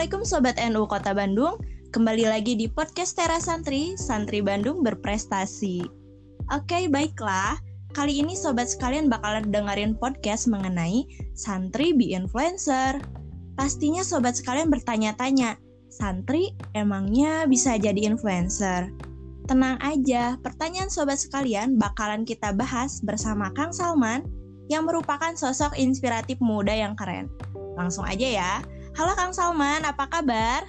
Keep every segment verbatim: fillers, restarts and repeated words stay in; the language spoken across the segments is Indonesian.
Assalamualaikum Sobat N U Kota Bandung. Kembali lagi di podcast Teras Santri, Santri Bandung Berprestasi. Oke, baiklah. Kali ini Sobat sekalian bakalan dengerin podcast mengenai Santri Be Influencer. Pastinya Sobat sekalian bertanya-tanya, Santri emangnya bisa jadi influencer? Tenang aja, pertanyaan Sobat sekalian bakalan kita bahas bersama Kang Salman yang merupakan sosok inspiratif muda yang keren. Langsung aja ya. Halo Kang Salman, apa kabar?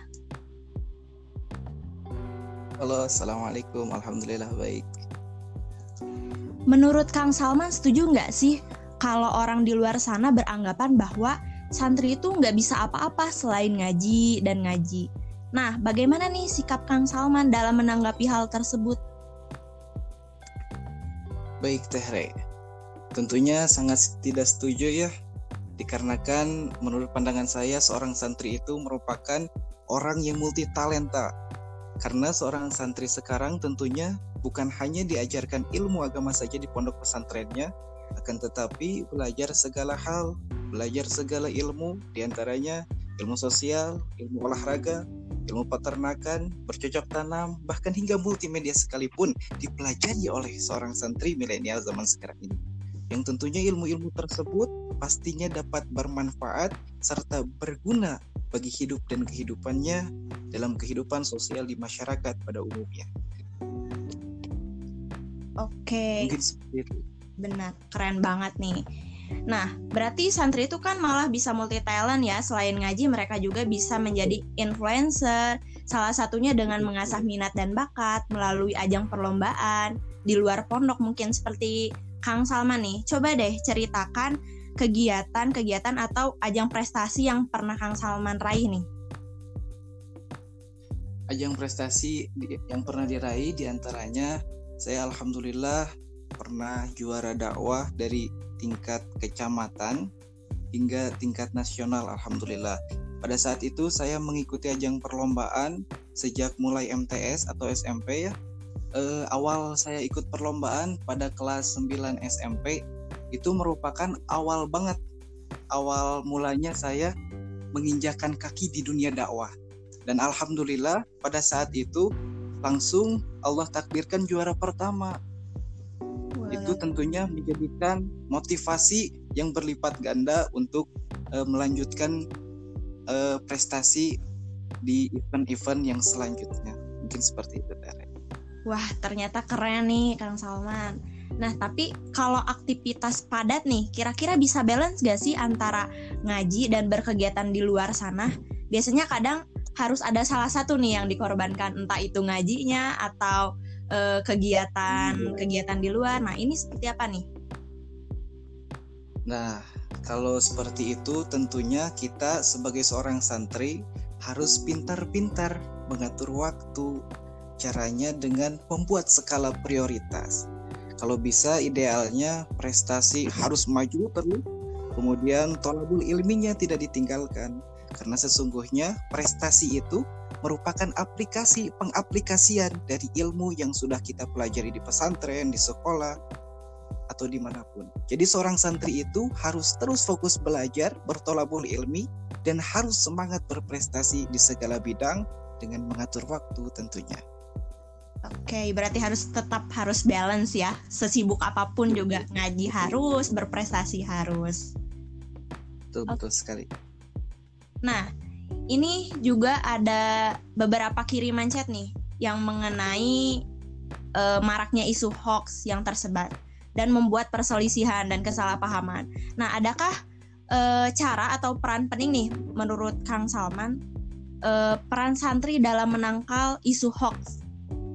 Halo, Assalamualaikum. Alhamdulillah baik. Menurut Kang Salman, setuju nggak sih kalau orang di luar sana beranggapan bahwa santri itu nggak bisa apa-apa selain ngaji dan ngaji? Nah, bagaimana nih sikap Kang Salman dalam menanggapi hal tersebut? Baik, Teh Re. Tentunya sangat tidak setuju ya. Dikarenakan menurut pandangan saya seorang santri itu merupakan orang yang multi talenta. Karena seorang santri sekarang tentunya bukan hanya diajarkan ilmu agama saja di pondok pesantrennya, akan tetapi belajar segala hal, belajar segala ilmu, diantaranya ilmu sosial, ilmu olahraga, ilmu peternakan, bercocok tanam, bahkan hingga multimedia sekalipun dipelajari oleh seorang santri milenial zaman sekarang ini. Yang tentunya ilmu-ilmu tersebut pastinya dapat bermanfaat serta berguna bagi hidup dan kehidupannya dalam kehidupan sosial di masyarakat pada umumnya. Oke. Mungkin seperti itu. Benar, keren banget nih. Nah, berarti santri itu kan malah bisa multi talent ya. Selain ngaji, mereka juga bisa menjadi influencer. Salah satunya dengan mengasah minat dan bakat melalui ajang perlombaan di luar pondok mungkin seperti Kang Salman nih. Coba deh ceritakan kegiatan-kegiatan atau ajang prestasi yang pernah Kang Salman raih nih. Ajang prestasi yang pernah diraih diantaranya saya alhamdulillah pernah juara dakwah dari tingkat kecamatan hingga tingkat nasional alhamdulillah. Pada saat itu saya mengikuti ajang perlombaan sejak mulai M T S atau S M P ya. E, awal saya ikut perlombaan pada kelas sembilan S M P itu merupakan awal banget. Awal mulanya saya menginjakan kaki di dunia dakwah. Dan alhamdulillah pada saat itu langsung Allah takdirkan juara pertama. Wow. Itu tentunya menjadikan motivasi yang berlipat ganda untuk uh, melanjutkan uh, prestasi di event-event yang selanjutnya. Mungkin seperti itu, Tere. Wah, ternyata keren nih Kang Salman. Nah, tapi kalau aktivitas padat nih, kira-kira bisa balance gak sih antara ngaji dan berkegiatan di luar sana? Biasanya kadang harus ada salah satu nih yang dikorbankan, entah itu ngajinya atau e, kegiatan-kegiatan di luar. Nah, ini seperti apa nih? Nah, kalau seperti itu tentunya kita sebagai seorang santri harus pintar-pintar mengatur waktu. Caranya dengan membuat skala prioritas. Kalau bisa idealnya prestasi harus maju terus, kemudian thalabul ilminya tidak ditinggalkan. Karena sesungguhnya prestasi itu merupakan aplikasi pengaplikasian dari ilmu yang sudah kita pelajari di pesantren, di sekolah, atau dimanapun. Jadi seorang santri itu harus terus fokus belajar, berthalabul ilmi, dan harus semangat berprestasi di segala bidang dengan mengatur waktu tentunya. Oke, berarti harus tetap harus balance ya. Sesibuk apapun juga ngaji harus, berprestasi harus. Betul, betul sekali. Nah, ini juga ada beberapa kiriman chat nih yang mengenai e, maraknya isu hoax yang tersebar dan membuat perselisihan dan kesalahpahaman. Nah, adakah e, cara atau peran penting nih menurut Kang Salman e, peran santri dalam menangkal isu hoax?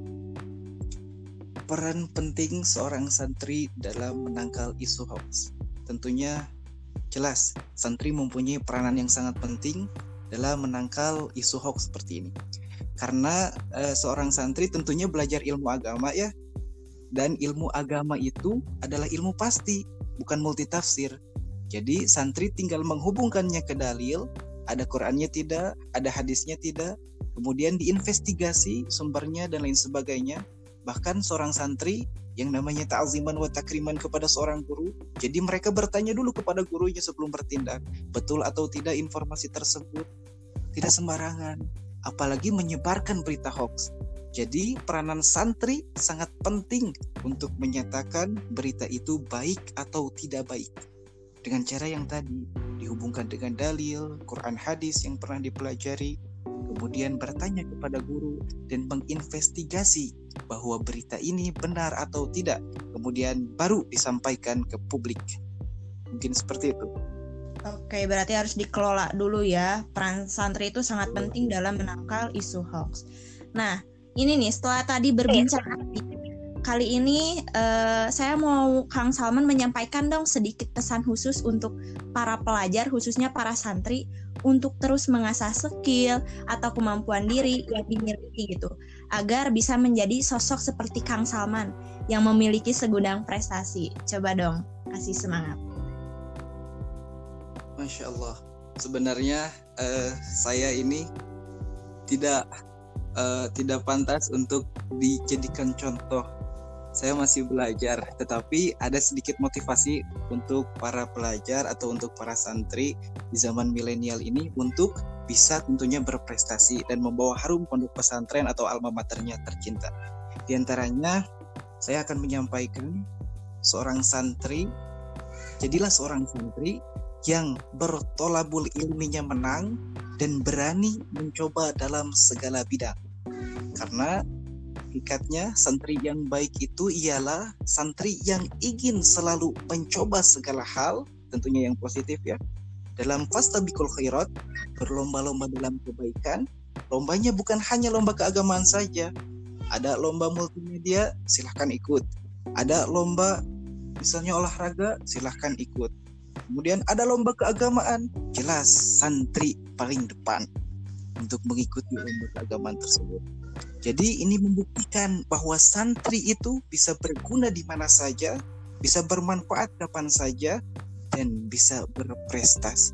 Peran penting seorang santri dalam menangkal isu hoax. Tentunya jelas, santri mempunyai peranan yang sangat penting dalam menangkal isu hoax seperti ini. Karena e, seorang santri tentunya belajar ilmu agama ya. Dan ilmu agama itu adalah ilmu pasti, bukan multitafsir. Jadi santri tinggal menghubungkannya ke dalil, ada Qur'annya tidak, ada hadisnya tidak, kemudian diinvestigasi sumbernya dan lain sebagainya. Bahkan seorang santri yang namanya ta'ziman wa takriman kepada seorang guru, jadi mereka bertanya dulu kepada gurunya sebelum bertindak, betul atau tidak informasi tersebut. tidak sembarangan, apalagi menyebarkan berita hoax. Jadi peranan santri sangat penting untuk menyatakan berita itu baik atau tidak baik. Dengan cara yang tadi, dihubungkan dengan dalil, Quran hadis yang pernah dipelajari, kemudian bertanya kepada guru dan menginvestigasi bahwa berita ini benar atau tidak, kemudian baru disampaikan ke publik. Mungkin seperti itu. Oke, berarti harus dikelola dulu ya. Peran santri itu sangat penting dalam menangkal isu hoax. Nah, ini nih setelah tadi berbincang kali ini uh, saya mau Kang Salman menyampaikan dong sedikit pesan khusus untuk para pelajar, khususnya para santri, untuk terus mengasah skill atau kemampuan diri yang dimiliki gitu, agar bisa menjadi sosok seperti Kang Salman yang memiliki segudang prestasi. Coba dong, kasih semangat. Masya Allah, sebenarnya uh, saya ini tidak uh, tidak pantas untuk dijadikan contoh. Saya masih belajar, tetapi ada sedikit motivasi untuk para pelajar atau untuk para santri di zaman milenial ini untuk bisa tentunya berprestasi dan membawa harum pondok pesantren atau alma maternya tercinta. Di antaranya, saya akan menyampaikan seorang santri, jadilah seorang santri yang bertolabul ilminya menang dan berani mencoba dalam segala bidang. Karena hakikatnya santri yang baik itu ialah santri yang ingin selalu mencoba segala hal, tentunya yang positif ya. Dalam fastabiqul khairat, berlomba-lomba dalam kebaikan. Lombanya bukan hanya lomba keagamaan saja. Ada lomba multimedia, silahkan ikut. Ada lomba misalnya olahraga, silahkan ikut. Kemudian ada lomba keagamaan, jelas santri paling depan untuk mengikuti lomba keagamaan tersebut. Jadi ini membuktikan bahwa santri itu bisa berguna di mana saja, bisa bermanfaat kapan saja, dan bisa berprestasi.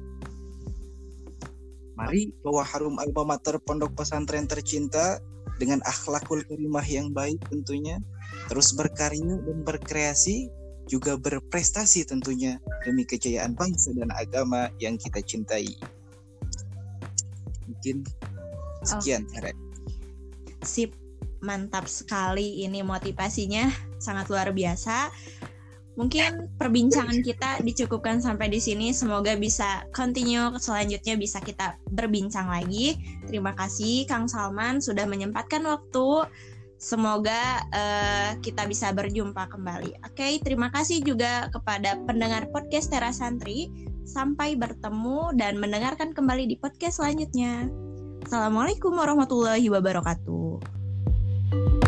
Mari bawa harum alma mater pondok pesantren tercinta dengan akhlakul karimah yang baik tentunya, terus berkarya dan berkreasi, juga berprestasi tentunya demi kejayaan bangsa dan agama yang kita cintai. Mungkin sekian oh. Sip, mantap sekali ini motivasinya, sangat luar biasa. Mungkin perbincangan kita dicukupkan sampai di sini. Semoga bisa continue, selanjutnya bisa kita berbincang lagi. Terima kasih Kang Salman sudah menyempatkan waktu. Semoga uh, kita bisa berjumpa kembali. Oke, terima kasih juga kepada pendengar podcast Teras Santri. Sampai bertemu dan mendengarkan kembali di podcast selanjutnya. Assalamualaikum warahmatullahi wabarakatuh.